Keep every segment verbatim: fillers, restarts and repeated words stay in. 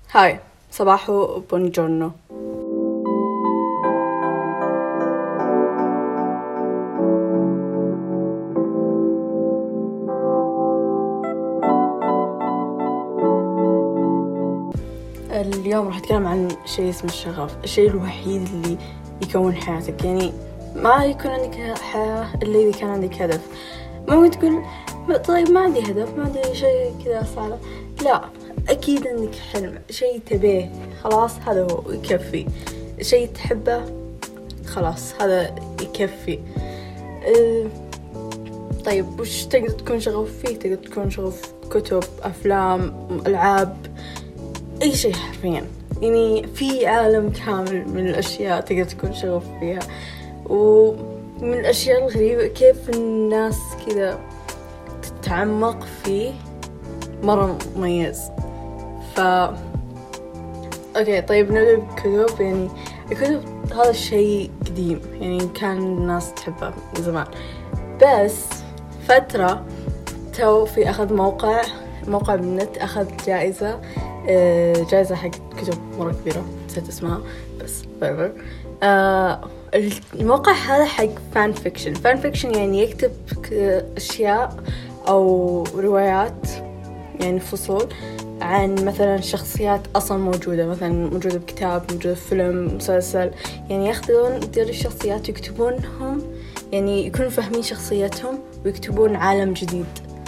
هاي صباحو بونجورنو. اليوم راح أتكلم عن شيء اسمه الشغف، الشيء الوحيد اللي يكون حياتك. يعني ما يكون عندك حياة إلا إذا كان عندك هدف. ممكن تقول طيب ما عندي هدف، ما عندي شيء كذا صعب. لا، أكيد عندك حلم، شيء تبيه، خلاص هذا هو يكفي. شيء تحبه خلاص هذا يكفي. أه طيب وش تقدر تكون شغوف فيه؟ تقدر تكون شغوف كتب، أفلام، ألعاب، أي شيء حرفيا. يعني في عالم كامل من الأشياء تقدر تكون شغوف فيها. ومن الأشياء الغريبة كيف الناس كذا تتعمق فيه، مرة مميز. ف أوكي طيب نبدأ بكتب. يعني الكتب هذا الشيء قديم، يعني كان الناس تحبه من زمان، بس فترة تو في أخذ موقع موقع بالنت أخذ جائزة جائزة حق كتب مرة كبيرة، نسيت اسمها بس برر. آه الموقع هذا حق فان فيكشن. فان فيكشن يعني يكتب أشياء أو روايات، يعني فصول عن مثلا شخصيات أصلا موجودة، مثلا موجودة بكتاب، موجودة في فيلم، مسلسل. يعني ياخذون دير الشخصيات ويكتبونهم، يعني يكونوا فاهمين شخصيتهم ويكتبون عالم جديد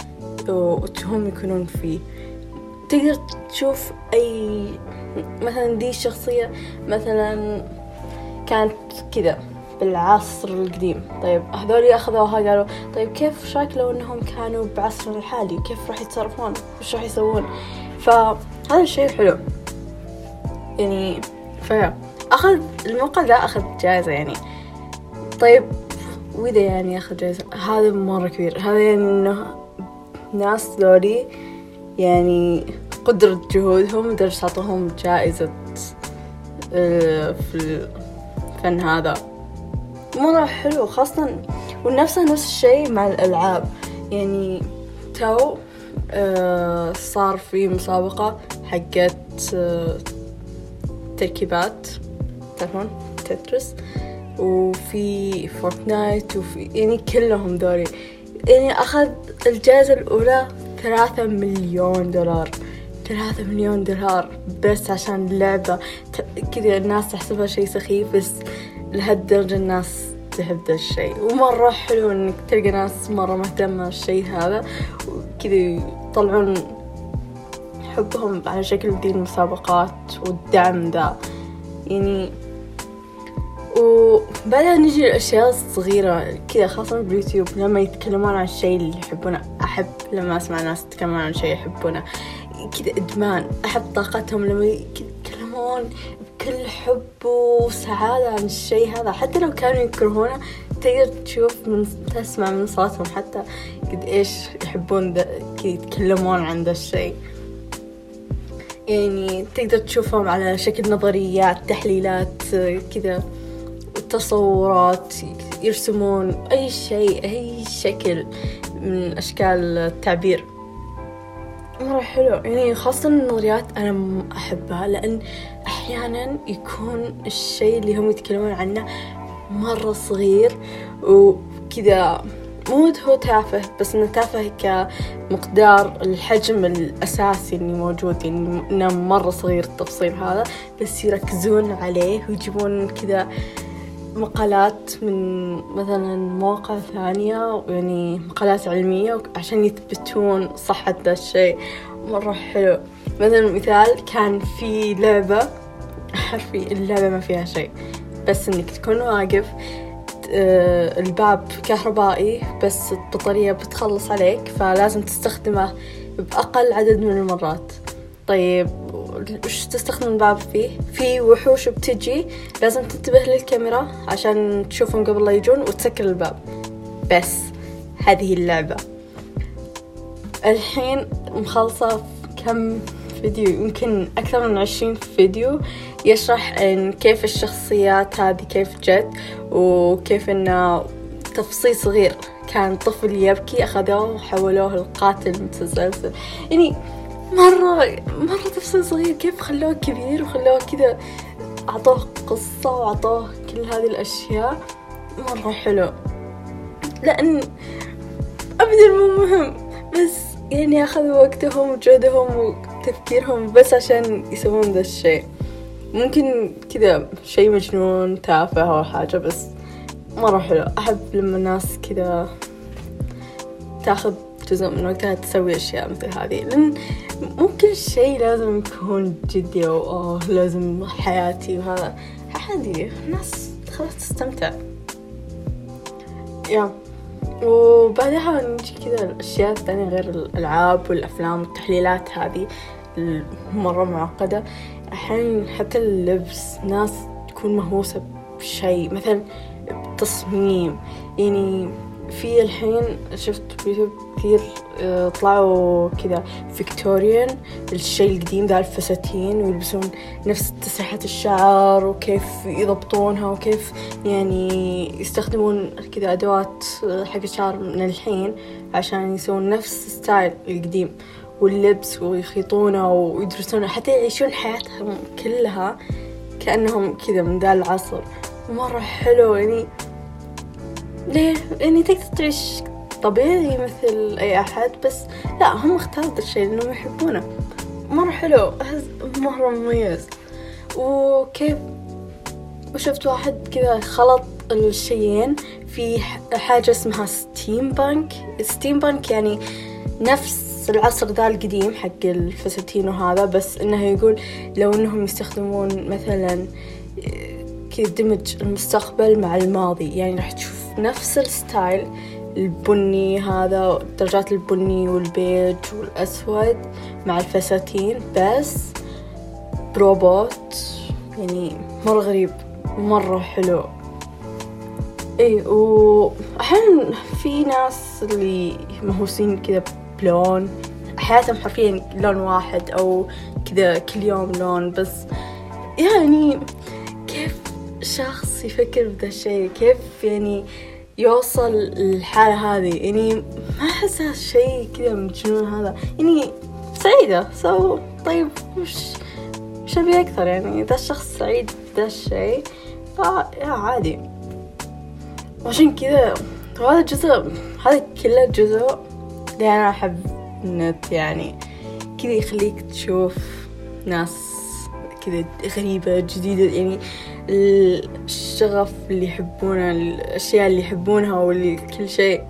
وهم يكونون فيه. تقدر تشوف أي مثلا دي الشخصية مثلا كانت كذا بالعصر القديم، طيب هذول أخذوها قالوا طيب كيف شكلوا إنهم كانوا بعصرنا الحالي، كيف راح يتصرفون، وش راح يسوون. فهذا الشيء حلو يعني. فأخذ الموقع ذا أخذ جائزة يعني. طيب وإذا يعني أخذ جائزة هذا مرة كبير، هذا يعني إنه ناس ذولي يعني قدرة جهودهم لدرجة تعطوهم جائزة في الفن هذا. مرة حلو خاصة. ونفسه نفس الشيء مع الألعاب. يعني تو صار في مسابقة حقت تركيبات، تعرفون تترس، وفي فورتنايت، وفي يعني كلهم دوري. يعني أخذ الجائزة الأولى ثلاثة مليون دولار ثلاثة مليون دولار بس عشان اللعبة. كذا الناس تحسبها شيء سخيف، بس لهالدرجة الناس تحب ذا الشيء. ومرة حلو إنك تلقى ناس مرة مهتمة بالشيء هذا، وكذا يطلعون حبهم على شكل دي المسابقات والدعم ذا يعني. وبعدها نجي الأشياء الصغيرة كذا، خاصة باليوتيوب لما يتكلمون عن الشيء اللي يحبونه. أحب لما أسمع ناس يتكلمون عن شيء يحبونه كذا إدمان. أحب طاقتهم لما يتكلمون بكل حب وسعادة عن الشيء هذا، حتى لو كانوا يكرهونه تقدر تشوف من تسمع من صوتهم حتى قد إيش يحبون كذا يتكلمون عن ذا الشيء. يعني تقدر تشوفهم على شكل نظريات، تحليلات كذا، تصورات، يرسمون أي شيء، أي شكل من أشكال التعبير. مرة حلو يعني. خاصة النظريات أنا أحبها، لأن أحيانا يكون الشيء اللي هم يتكلمون عنه مرة صغير وكذا، مو هو تافه، بس إنه تافه كمقدار الحجم الأساسي اللي موجود، يعني إنه مرة صغير التفصيل هذا، بس يركزون عليه ويجيبون كذا مقالات من مثلا مواقع ثانية، يعني مقالات علمية عشان يثبتون صحة ذا الشيء. مرة حلو. مثلا مثال كان في لعبة حرفي اللعبة ما فيها شيء، بس إنك تكون واقف، الباب كهربائي بس البطارية بتخلص عليك، فلازم تستخدمه بأقل عدد من المرات. طيب وش تستخدم الباب فيه؟ في وحوش بتجي، لازم تنتبه للكاميرا عشان تشوفهم قبل لا يجون وتسكر الباب. بس هذه اللعبة الحين مخلصة كم فيديو، يمكن أكثر من عشرين فيديو يشرح إن كيف الشخصيات هذه كيف جت، وكيف إنه تفصيل صغير كان طفل يبكي أخذوه وحولوه القاتل متسلسل. يعني مرة مرة تفصيل صغير كيف خلوه كبير وخلوه كذا، أعطوه قصة وأعطوه كل هذه الأشياء. مرة حلو، لأن أبدا مو مهم، بس يعني أخذوا وقتهم وجهدهم وتفكيرهم بس عشان يسوون ذا الشيء. ممكن كذا شيء مجنون تافه أو حاجة، بس مرة حلو. أحب لما الناس كذا تاخذ جزء من وقتها تسوي أشياء مثل هذه، لأن مو كل شيء لازم يكون جدي أو أوه لازم حياتي وهذا. عادي، الناس خلاص تستمتع. يا وبعدها نجي كذا الأشياء الثانية غير الألعاب والأفلام والتحليلات هذه مرة معقدة. أحيانا حتى اللبس، ناس تكون مهووسة بشيء مثلا تصميم. يعني في الحين شفت بيوتيوب كثير طلعوا كذا فيكتوريان، الشيء القديم ذا الفساتين، ويلبسون نفس تسريحات الشعر وكيف يضبطونها وكيف يعني يستخدمون كذا أدوات حق الشعر من الحين عشان يسوون نفس ستايل القديم واللبس، ويخيطونه ويدرسونه حتى يعيشون حياتهم كلها كأنهم كذا من ذا العصر. مرة حلو. يعني ليه؟ يعني تقدر تعيش طبيعي مثل أي أحد، بس لا، هم اختاروا هذا الشيء لأنهم يحبونه. مرة حلو، مرة مميز. وكيف وشفت واحد كذا خلط الشيئين في حاجة اسمها ستيم بانك. ستيم بانك يعني نفس العصر ذا القديم حق الفساتين وهذا، بس إنه يقول لو إنهم يستخدمون مثلا كذا دمج المستقبل مع الماضي، يعني راح تشوف نفس الستايل البني هذا، درجات البني والبيج والأسود مع الفساتين بس بروبوت. يعني مرة غريب، مرة حلو. اي وأحيانا في ناس اللي مهووسين كذا بلون، حياتهم حرفيا لون واحد أو كذا كل يوم لون بس. يعني كيف شخص يفكر بذا الشيء؟ كيف يعني يوصل للحالة هذه؟ يعني ما أحس هالشيء كذا مجنون هذا. يعني سعيدة سو طيب وش وش أبي أكثر؟ يعني إذا الشخص سعيد بذا الشيء فا عادي. وعشان كذا هذا جزء، هذا كله جزء اللي أنا أحب النت. يعني كذا يخليك تشوف ناس كذا غريبة جديدة، يعني الشغف اللي يحبونه، الأشياء اللي يحبونها واللي كل شيء.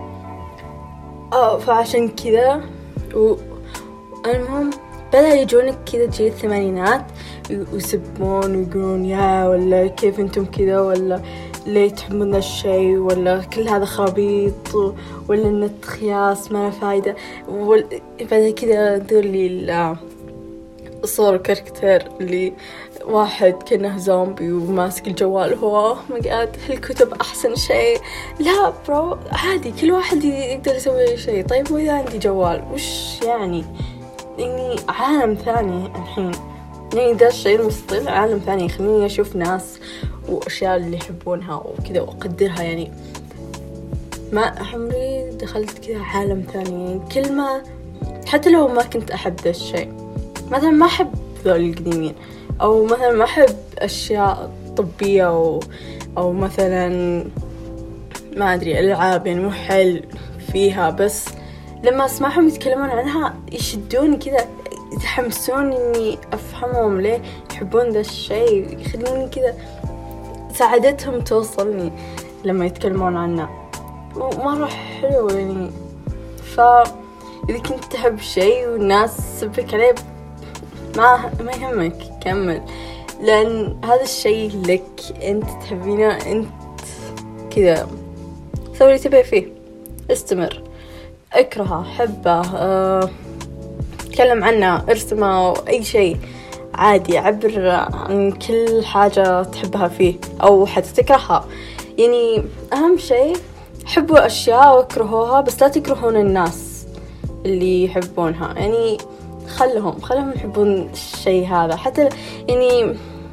آه فعشان كذا والمهم بدأ يجونك كذا جيل الثمانينات ويسبون ويقولون يا ولا كيف انتم كذا، ولا ليه تحبون ذا الشيء، ولا كل هذا خرابيط، ولا النت خياس ما له فايدة. وبعد كذا ذولي الصور كاركتر اللي واحد كأنه زومبي وماسك الجوال وهو مقعد الكتب أحسن شيء. لا برو، عادي كل واحد يقدر يسوي أي شيء. طيب وإذا عندي جوال وش يعني؟ يعني عالم ثاني الحين، يعني ذا الشيء المستطيل عالم ثاني يخليني أشوف ناس وأشياء اللي يحبونها وكذا وأقدرها. يعني ما عمري دخلت كذا عالم ثاني. يعني كل ما حتى لو ما كنت أحب ذا الشيء، مثلا ما أحب ذول القديمين، أو مثلا ما أحب أشياء طبية أو أو مثلا ما أدري ألعاب يعني مو حل فيها، بس لما أسمعهم يتكلمون عنها يشدوني كذا، يتحمسون إني أفهمهم ليه يحبون ذا الشيء، يخلوني كذا سعادتهم توصلني لما يتكلمون عنه. ومرة حلو يعني. فإذا كنت تحب شيء والناس سبك عليه ما ما يهمك، كمل، لأن هذا الشيء لك أنت تحبينه، أنت كذا سوي اللي تبي فيه، استمر، اكرهه، حبه، أه، تكلم عنه، ارسمه، أي شيء عادي، عبر عن كل حاجة تحبها فيه أو حتى تكرهها. يعني أهم شيء حبوا أشياء واكرهوها، بس لا تكرهون الناس اللي يحبونها. يعني خلهم خلهم يحبون الشيء هذا. حتى يعني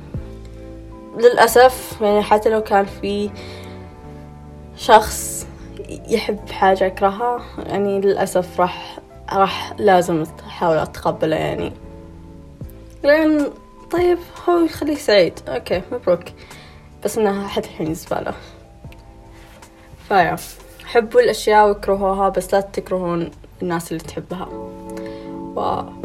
للأسف يعني حتى لو كان في شخص يحب حاجة يكرهها، يعني للأسف راح راح لازم أحاول أتقبله يعني، لأن طيب هو يخليه سعيد، أوكي مبروك، بس إنها حتى الحين زبالة. فيا حبوا الأشياء واكرهوها، بس لا تكرهون الناس اللي تحبها. و